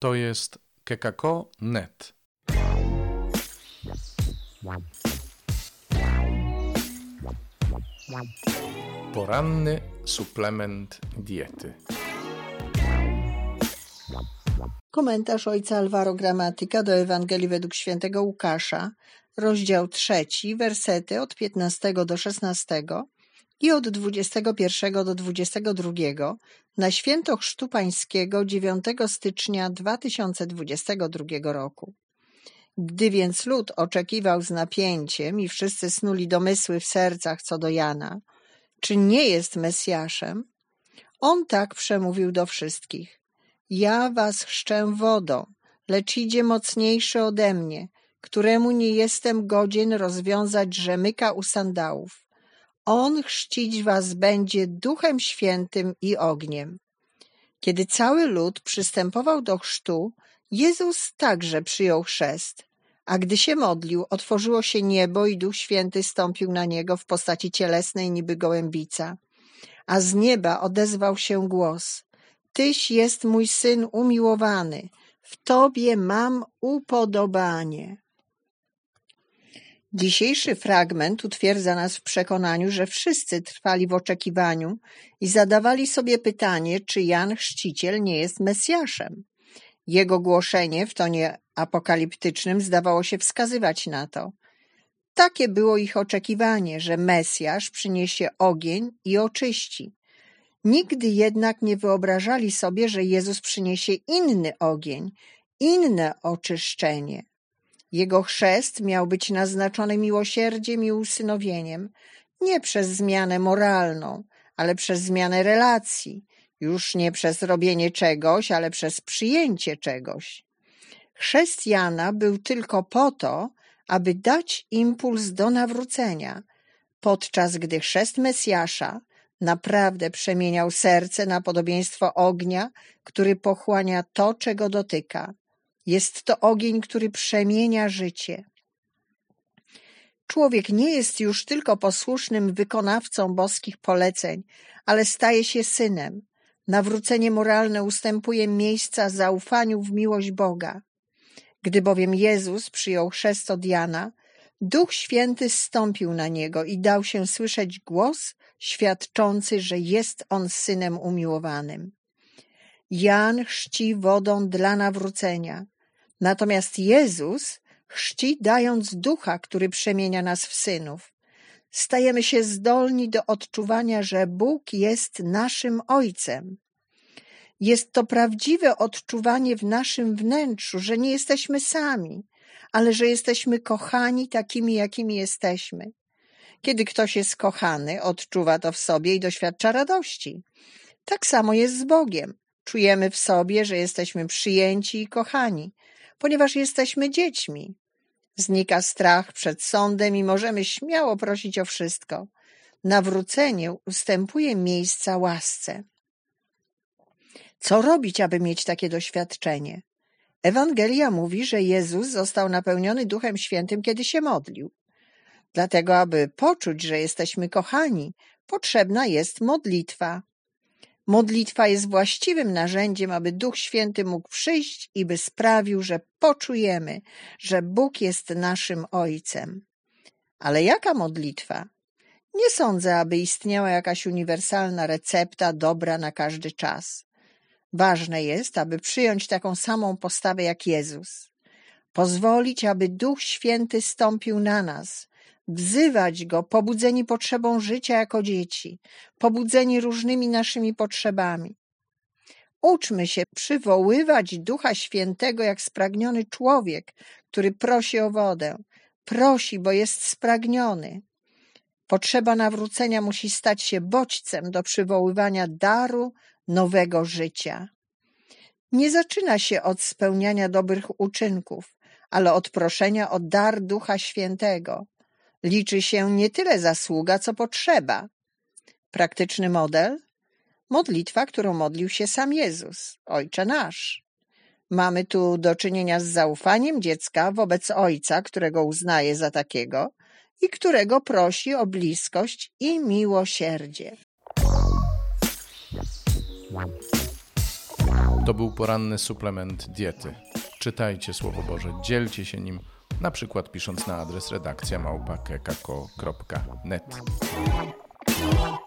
To jest kekako.net. Poranny suplement diety. Komentarz ojca Alvaro Gramatyka do Ewangelii według świętego Łukasza, rozdział 3, wersety od 15 do 16 i od 21 do 22 na święto Chrztu Pańskiego 9 stycznia 2022 roku. Gdy więc lud oczekiwał z napięciem i wszyscy snuli domysły w sercach co do Jana, czy nie jest Mesjaszem, on tak przemówił do wszystkich. Ja was chrzczę wodą, lecz idzie mocniejszy ode mnie, któremu nie jestem godzien rozwiązać rzemyka u sandałów. On chrzcić was będzie Duchem Świętym i ogniem. Kiedy cały lud przystępował do chrztu, Jezus także przyjął chrzest, a gdy się modlił, otworzyło się niebo i Duch Święty stąpił na niego w postaci cielesnej niby gołębica. A z nieba odezwał się głos: Tyś jest mój Syn umiłowany, w Tobie mam upodobanie. Dzisiejszy fragment utwierdza nas w przekonaniu, że wszyscy trwali w oczekiwaniu i zadawali sobie pytanie, czy Jan Chrzciciel nie jest Mesjaszem. Jego głoszenie w tonie apokaliptycznym zdawało się wskazywać na to. Takie było ich oczekiwanie, że Mesjasz przyniesie ogień i oczyści. Nigdy jednak nie wyobrażali sobie, że Jezus przyniesie inny ogień, inne oczyszczenie. Jego chrzest miał być naznaczony miłosierdziem i usynowieniem, nie przez zmianę moralną, ale przez zmianę relacji, już nie przez robienie czegoś, ale przez przyjęcie czegoś. Chrzest Jana był tylko po to, aby dać impuls do nawrócenia, podczas gdy chrzest Mesjasza naprawdę przemieniał serce na podobieństwo ognia, który pochłania to, czego dotyka. Jest to ogień, który przemienia życie. Człowiek nie jest już tylko posłusznym wykonawcą boskich poleceń, ale staje się synem. Nawrócenie moralne ustępuje miejsca zaufaniu w miłość Boga. Gdy bowiem Jezus przyjął chrzest od Jana, Duch Święty zstąpił na niego i dał się słyszeć głos świadczący, że jest on Synem umiłowanym. Jan chrzci wodą dla nawrócenia, natomiast Jezus chrzci dając Ducha, który przemienia nas w synów. Stajemy się zdolni do odczuwania, że Bóg jest naszym Ojcem. Jest to prawdziwe odczuwanie w naszym wnętrzu, że nie jesteśmy sami, ale że jesteśmy kochani takimi, jakimi jesteśmy. Kiedy ktoś jest kochany, odczuwa to w sobie i doświadcza radości. Tak samo jest z Bogiem. Czujemy w sobie, że jesteśmy przyjęci i kochani, ponieważ jesteśmy dziećmi. Znika strach przed sądem i możemy śmiało prosić o wszystko. Nawrócenie ustępuje miejsca łasce. Co robić, aby mieć takie doświadczenie? Ewangelia mówi, że Jezus został napełniony Duchem Świętym, kiedy się modlił. Dlatego, aby poczuć, że jesteśmy kochani, potrzebna jest modlitwa. Modlitwa jest właściwym narzędziem, aby Duch Święty mógł przyjść i by sprawił, że poczujemy, że Bóg jest naszym Ojcem. Ale jaka modlitwa? Nie sądzę, aby istniała jakaś uniwersalna recepta dobra na każdy czas. Ważne jest, aby przyjąć taką samą postawę jak Jezus. Pozwolić, aby Duch Święty stąpił na nas, wzywać Go, pobudzeni potrzebą życia jako dzieci, pobudzeni różnymi naszymi potrzebami. Uczmy się przywoływać Ducha Świętego jak spragniony człowiek, który prosi o wodę. Prosi, bo jest spragniony. Potrzeba nawrócenia musi stać się bodźcem do przywoływania daru nowego życia. Nie zaczyna się od spełniania dobrych uczynków, ale od proszenia o dar Ducha Świętego. Liczy się nie tyle zasługa, co potrzeba. Praktyczny model? Modlitwa, którą modlił się sam Jezus, Ojcze nasz. Mamy tu do czynienia z zaufaniem dziecka wobec Ojca, którego uznaje za takiego i którego prosi o bliskość i miłosierdzie. To był poranny suplement diety. Czytajcie Słowo Boże, dzielcie się nim, na przykład pisząc na adres redakcja@kekako.net.